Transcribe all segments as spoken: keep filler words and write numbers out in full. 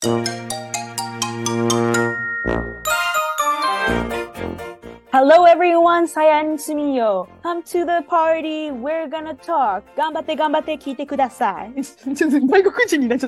Hello everyone, Sayan Sumiyo. Come to the party. We're gonna talk. 頑張って頑張って聞いてください。ちょっと外国人になっちゃった。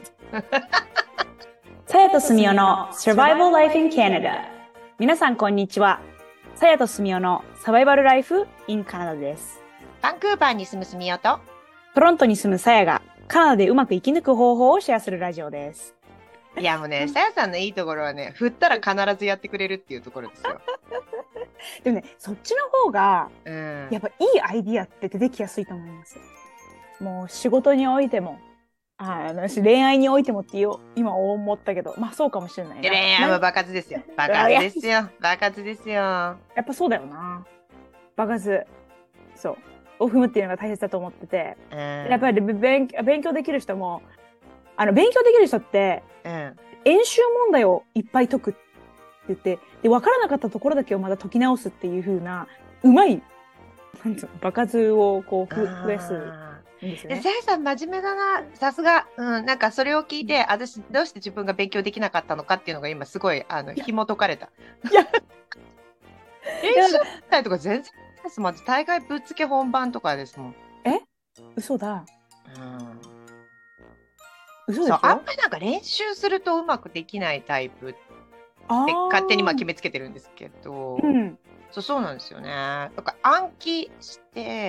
さやとすみおの Survival Life in Canada。皆さんこんにちは。さやとすみおのサバイバルライフ in Canada です。 バンクーバーに住むすみおとトロントに住むさやがカナダでうまく生き抜く方法をシェアするラジオです。 いやもうね、さやさんのいいところはね、振ったら必ずやってくれるっていうところですよ。 でもね、そっちの方が、 うん、 やっぱいいアイディアって出てきやすいと思います。もう仕事においても、あ私恋愛においてもっていう今思ったけど、まあそうかもしれないな。 恋愛も爆発ですよ。爆発ですよ。爆発ですよ。やっぱそうだよな。爆発。そう。を踏むっていうのが大切だと思ってて、うん、やっぱり勉勉強できる人も、あの勉強できる人って、うん、演習問題をいっぱい解くって言って、で分からなかったところだけをまた解き直すっていう風なうまいなんつうの爆発をこうふ増やすんですよね。 さやさん真面目だな、さすが、うん、なんかそれを聞いて、私どうして自分が勉強できなかったのかっていうのが今すごいあの紐解かれた。いや、練習会とか全然です。まず大概ぶっつけ本番とかですもん。 え、嘘だ。うん。嘘でしょ？ そう、あんまりなんか練習するとうまくできないタイプって勝手にまあ決めつけてるんですけど、うん、そうそうなんですよね。だから暗記して、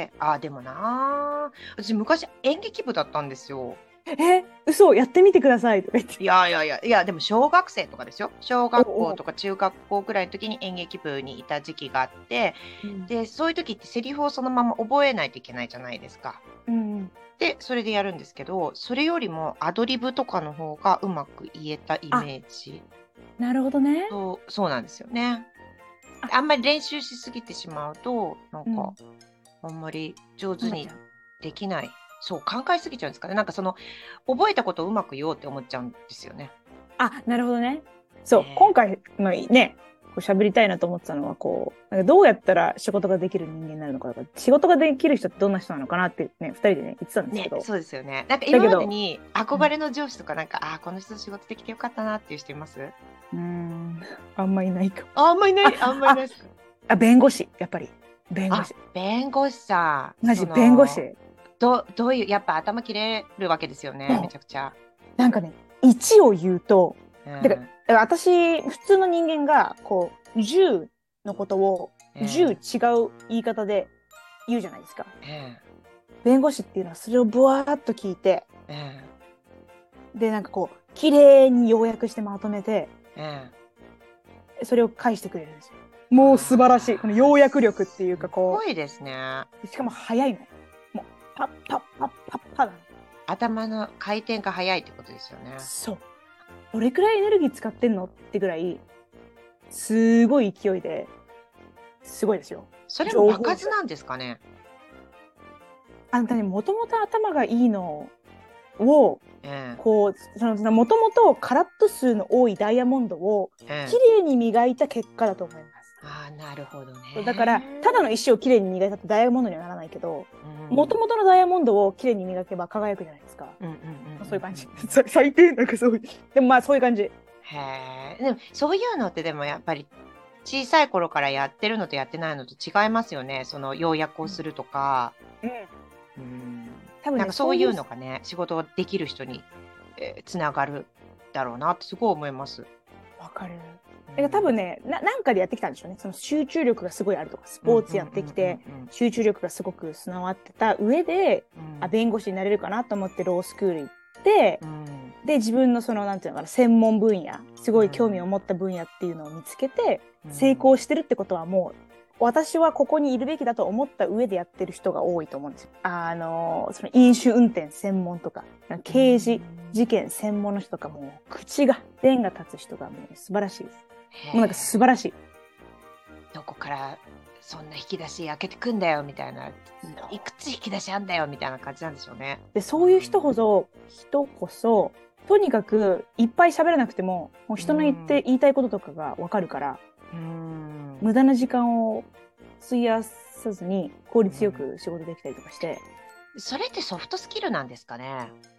あ、でもな、私昔演劇部だったんですよ。 え、嘘、やってみてくださいとか言って。 いやいやいやいや、でも小学生とかですよ。小学校とか中学校くらいの時に演劇部にいた時期があって、うん、でそういう時ってセリフをそのまま覚えないといけないじゃないですか。うん、でそれでやるんですけど、それよりもアドリブとかの方がうまく言えたイメージ。 なるほどね。 そう、そうなんですよね。あんまり練習しすぎてしまうと、なんか、うん、あんまり上手にできない。そう、考えすぎちゃうんですかね。なんかその、覚えたことをうまく言おうって思っちゃうんですよね。 あ、なるほどね。そう、ね、今回のね、こう喋りたいなと思ってたのは、こう、なんかどうやったら仕事ができる人間になるのかとか、仕事ができる人ってどんな人なのかなってね、二人でね、言ってたんですけど。 ね、そうですよね。なんか今までに憧れの上司とか、なんか、うん、あ、この人と仕事できてよかったなっていう人います？ うーん、あんまいないかも。 あんまいない、あんまいないですか？ あ、弁護士、やっぱり。弁護士。 弁護士さん。 マジ、弁護士。 ど, どういう、やっぱ頭切れるわけですよね、めちゃくちゃ。 なんかね、いちを言うと、うん、だから私、普通の人間が、こう、じゅうのことを、じゅう違う言い方で言うじゃないですか。うん、弁護士っていうのはそれをブワーっと聞いて、うん、で、なんかこう、綺麗に要約してまとめて、うん、それを返してくれるんですよ。もう素晴らしい。この要約力っていうか、こう。 すごいですね。 しかも早いの。もう、パッパッパッパッパッ。 頭の回転が早いってことですよね。 そう。どれくらいエネルギー使ってんのってぐらい、すごい勢いで、すごいですよ。 それも爆発なんですかね？ あんたね、もともと頭がいいのを、うん、こう、その、もともとカラット数の多いダイヤモンドを、綺麗に磨いた結果だと思います。 うん、ああ、なるほどね。 だから、ただの石を綺麗に磨いたってダイヤモンドにはならないけど、もともとのダイヤモンドを綺麗に磨けば輝くじゃないですか。うんうんうんうん、そういう感じ。最低なんかそういう。でもまあそういう感じ。へえ。でもそういうのってでもやっぱり小さい頃からやってるのとやってないのと違いますよね。その要約をするとか。うん。うん、多分ね、なんかそういうのがね、仕事ができる人に、えー、つながるだろうなってすごい思います。 わかる。だ多分ねな、なんかでやってきたんでしょうね。その集中力がすごいあるとか、スポーツやってきて、集中力がすごく備わってた上で、うん、あ、弁護士になれるかなと思ってロースクール行って、うん、で、自分のその、なんていうのかな、専門分野、すごい興味を持った分野っていうのを見つけて、うん、成功してるってことはもう、私はここにいるべきだと思った上でやってる人が多いと思うんですよ。あの、その飲酒運転専門とか、刑事事件専門の人とかも、口が、弁が立つ人がもう素晴らしいです。もうなんか素晴らしい。 どこからそんな引き出し開けてくんだよみたいな、いくつ引き出しあんだよみたいな感じなんでしょうね。 で、そういう人こそ、人こそ、とにかくいっぱい喋らなくても、もう人の言って言いたいこととかがわかるから、うん、無駄な時間を費やさずに効率よく仕事できたりとかして。 それってソフトスキルなんですかね？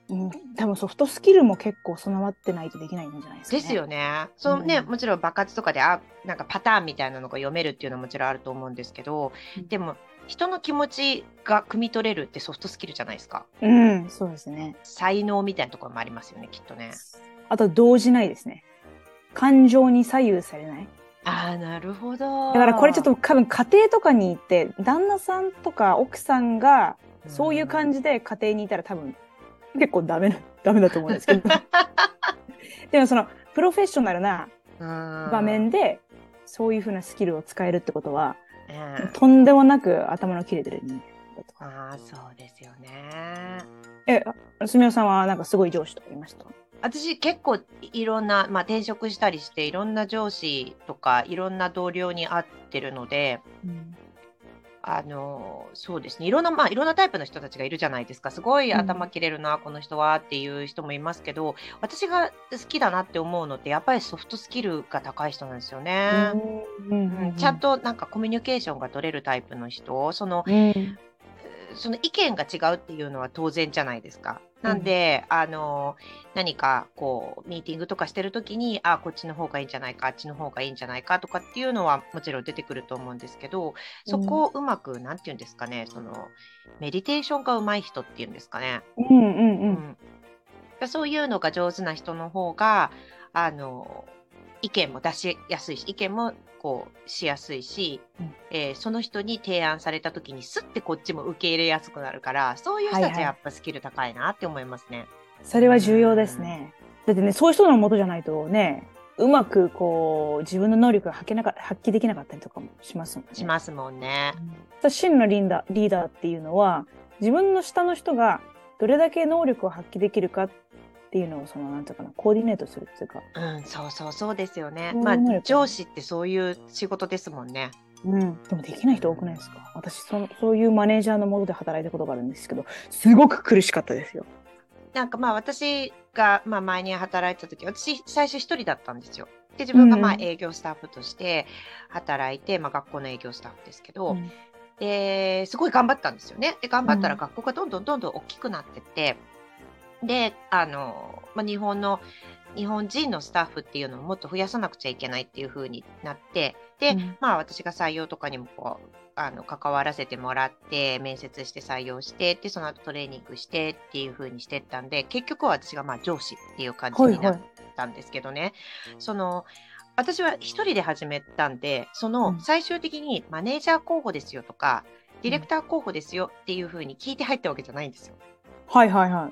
うん、多分ソフトスキルも結構備わってないとできないんじゃないですかね。 ですよね。そのね、 うんもちろん爆発とかで、あ、なんかパターンみたいなのが読めるっていうのはもちろんあると思うんですけど、 うん、 でも人の気持ちが汲み取れるってソフトスキルじゃないですか。 うん、そうですね。 才能みたいなところもありますよね、きっとね。 あと動じないですね。感情に左右されない。 ああ、なるほど。 だからこれちょっと多分家庭とかに行って旦那さんとか奥さんがそういう感じで家庭にいたら多分結構ダメな、ダメだと思うんですけど。でもそのプロフェッショナルな場面でそういうふうなスキルを使えるってことは、うん、とんでもなく頭の切れてる人間だと。 ああ、そうですよね。 え、すみおさんはなんかすごい上司とかいました？ 私結構いろんな、まあ、転職したりしていろんな上司とかいろんな同僚に会ってるので、うん、あのそうですね、いろんな、まあ、いろんなタイプの人たちがいるじゃないですか。すごい頭切れるな、うん、この人はっていう人もいますけど、私が好きだなって思うのってやっぱりソフトスキルが高い人なんですよね。うんうん、ちゃんとなんかコミュニケーションが取れるタイプの人、その、うんその意見が違うっていうのは当然じゃないですか。なんで、うん、あの何かこうミーティングとかしてる時に、あ、こっちの方がいいんじゃないか、あっちの方がいいんじゃないかとかっていうのはもちろん出てくると思うんですけど、そこをうまく、うん、なんていうんですかね、そのメディテーションが上手い人っていうんですかね。 うんうんうんうん、そういうのが上手な人の方があの意見も出しやすいし、意見もこうしやすいし、うん、えー、その人に提案された時にスッてこっちも受け入れやすくなるから、そういう人たちはやっぱスキル高いなって思いますね。はいはい、 それは重要ですね。だってね、そういう人のもとじゃないとね、うまくこう自分の能力が発揮なか発揮できなかったりとかもしますもんね。 しますもんね。 うん、真のリーダー、リーダーっていうのは自分の下の人がどれだけ能力を発揮できるかっていうのをそのなんていうかな、コーディネートするっていうか。 うん、そうそうそうですよね。まあ上司ってそういう仕事ですもんね。 うん、でもできない人多くないですか？うん、私そのそういうマネージャーのもとで働いたことがあるんですけど、すごく苦しかったですよ。 なんかまあ私がまあ前に働いた時、私最初一人だったんですよ。で自分がまあ営業スタッフとして働いて、うん、まあ学校の営業スタッフですけど、うん、ですごい頑張ったんですよね。で頑張ったら学校がどんどんどんどん大きくなってって、であの、まあ、日本の日本人のスタッフっていうのをもっと増やさなくちゃいけないっていう風になって、で、うん、まあ私が採用とかにもこうあの関わらせてもらって面接して採用してでその後トレーニングしてっていう風にしてったんで、結局は私がまあ上司っていう感じになったんですけどね、はいはい、その私は一人で始めたんで、その最終的にマネージャー候補ですよとか、うん、ディレクター候補ですよっていう風に聞いて入ったわけじゃないんですよ。 はいはいはい。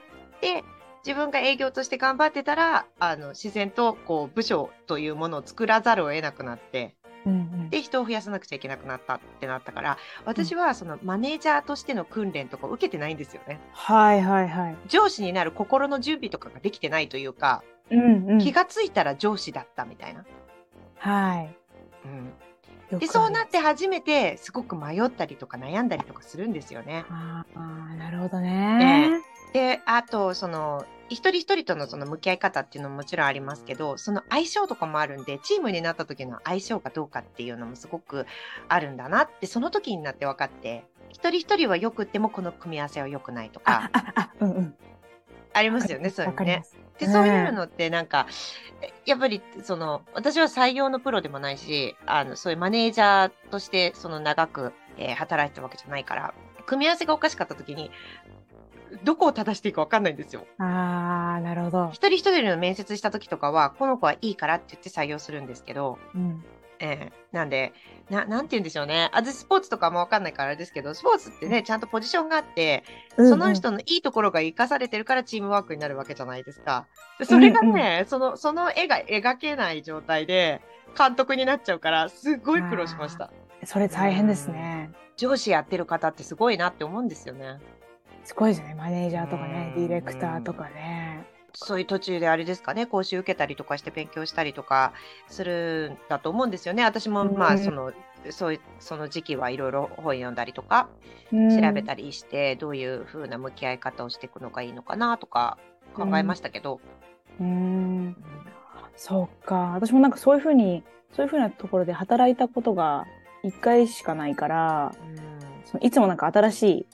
で自分が営業として頑張ってたら、あの自然とこう部署というものを作らざるを得なくなって、うんうん、で人を増やさなくちゃいけなくなったってなったから、私はそのマネージャーとしての訓練とか受けてないんですよね。 はいはいはい。 上司になる心の準備とかができてないというか、 うんうん、 気がついたら上司だったみたいな。 はい。 うん、でそうなって初めてすごく迷ったりとか悩んだりとかするんですよね。 ああ、なるほどね。 で、あとその一人一人とのその向き合い方っていうのももちろんありますけど、その相性とかもあるんで、チームになった時の相性がどうかっていうのもすごくあるんだなってその時になって分かって、一人一人はよくってもこの組み合わせは良くないとかあ, あ, あ,、うんうん、 ありますよね。そういうのね。でそういうのってなんかやっぱりその私は採用のプロでもないし、あのそういうマネージャーとしてその長く、えー、働いてたわけじゃないから、組み合わせがおかしかった時にどこを正していいか分かんないんですよ。 あー、なるほど。 一人一人の面接した時とかはこの子はいいからって言って採用するんですけど、うんえー、なんでな、なんて言うんでしょうね。私スポーツとかも分かんないからあれですけど、スポーツってねちゃんとポジションがあって、うんうん、その人のいいところが生かされてるからチームワークになるわけじゃないですか。でそれがね、うんうん、そのその絵が描けない状態で監督になっちゃうからすごい苦労しました。 それ大変ですね。 上司やってる方ってすごいなって思うんですよね。 すごいですね。マネージャーとかね、ディレクターとかね。 そういう途中であれですかね、講習受けたりとかして勉強したりとかするんだと思うんですよね。私もまあその、うん、そういうその時期はいろいろ本読んだりとか、うん、調べたりしてどういう風な向き合い方をしていくのがいいのかなとか考えましたけど。 うん、うん、そうか。私もなんかそういう風にそういう風なところで働いたことが一回しかないから、うん、そのいつもなんか新しい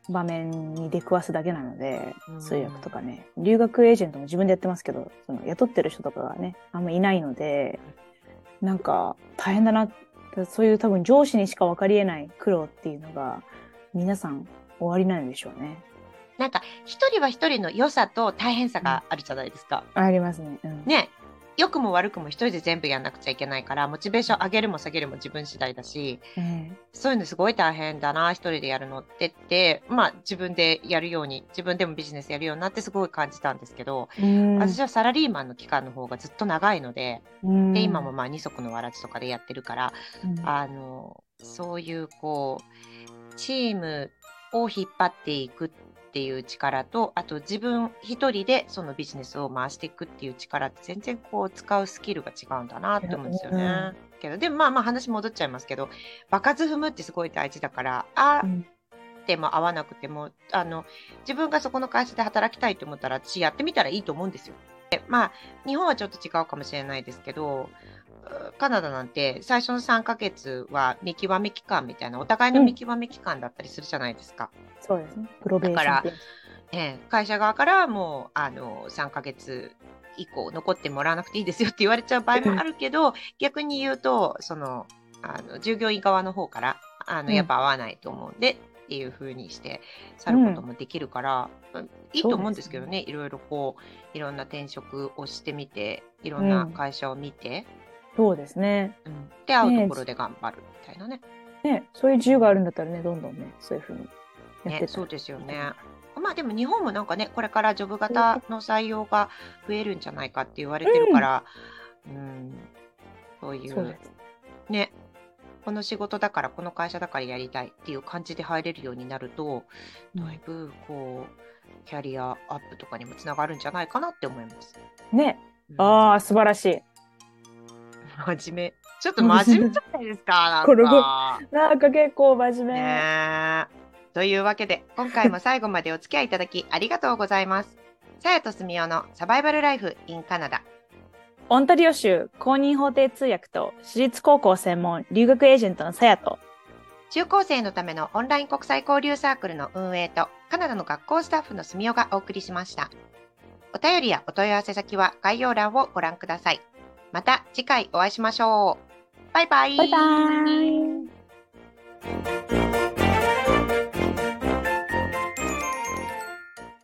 場面に出くわすだけなので、 うん、 通訳とかね、留学エージェントも自分でやってますけど、その雇ってる人とかがね、あんまいないので、なんか大変だな。そういう多分上司にしか分かり得ない苦労っていうのが、皆さん終わりなんでしょうね。 なんか、一人は一人の良さと大変さがあるじゃないですか。 うん、ありますね。うん、 ね。良くも悪くも一人で全部やんなくちゃいけないから、モチベーション上げるも下げるも自分次第だし、うん、そういうのすごい大変だな、一人でやるのってって、まあ自分でやるように、自分でもビジネスやるようになってすごい感じたんですけど、うん、私はサラリーマンの期間の方がずっと長いので、うん、で、今もまあ二足のわらじとかでやってるから、うん、あの、そういうこう、チームを引っ張っていくっていう力と、あと自分一人でそのビジネスを回していくっていう力って全然こう使うスキルが違うんだなって思うんですよね。うん、けどでもまあまあ話戻っちゃいますけど、場数踏むってすごい大事だから、あっても合わなくても、あの自分がそこの会社で働きたいと思ったら私やってみたらいいと思うんですよ。でまあ日本はちょっと違うかもしれないですけど、カナダなんて最初のさんかげつは見極め期間みたいな、お互いの見極め期間だったりするじゃないですか。 うん、そうですね。プロベーション。 だから、えー、会社側からもうあのさんかげつ以降残ってもらわなくていいですよって言われちゃう場合もあるけど、逆に言うとそのあの従業員側の方からあのやっぱ合わないと思うんで、うん、っていう風にして去ることもできるから、うん、いいと思うんですけどね。いろいろこういろんな転職をしてみて、いろんな会社を見て、 うん、そうですね、 うん、で会うところで頑張るみたいなね。 ね、そういう自由があるんだったらね、どんどんね、そういう風にやってね、そうですよね。まあでも日本もなんかね、これからジョブ型の採用が増えるんじゃないかって言われてるから、うん、うん、そういう、そうですね、この仕事だからこの会社だからやりたいっていう感じで入れるようになると、だいぶこうキャリアアップとかにもつながるんじゃないかなって思います。 ね、うん、ああ素晴らしい。 真面目。ちょっと真面目じゃないですか。なんかなんか結構真面目。 ねというわけで、今回も最後までお付き合いいただきありがとうございます。さやとすみおのサバイバルライフ in カナダ。 オンタリオ州公認法廷通訳と私立高校専門留学エージェントのさやと、 中高生のためのオンライン国際交流サークルの運営とカナダの学校スタッフのすみおがお送りしました。お便りやお問い合わせ先は概要欄をご覧ください。また次回お会いしましょう。バイバイ。 バイバイ。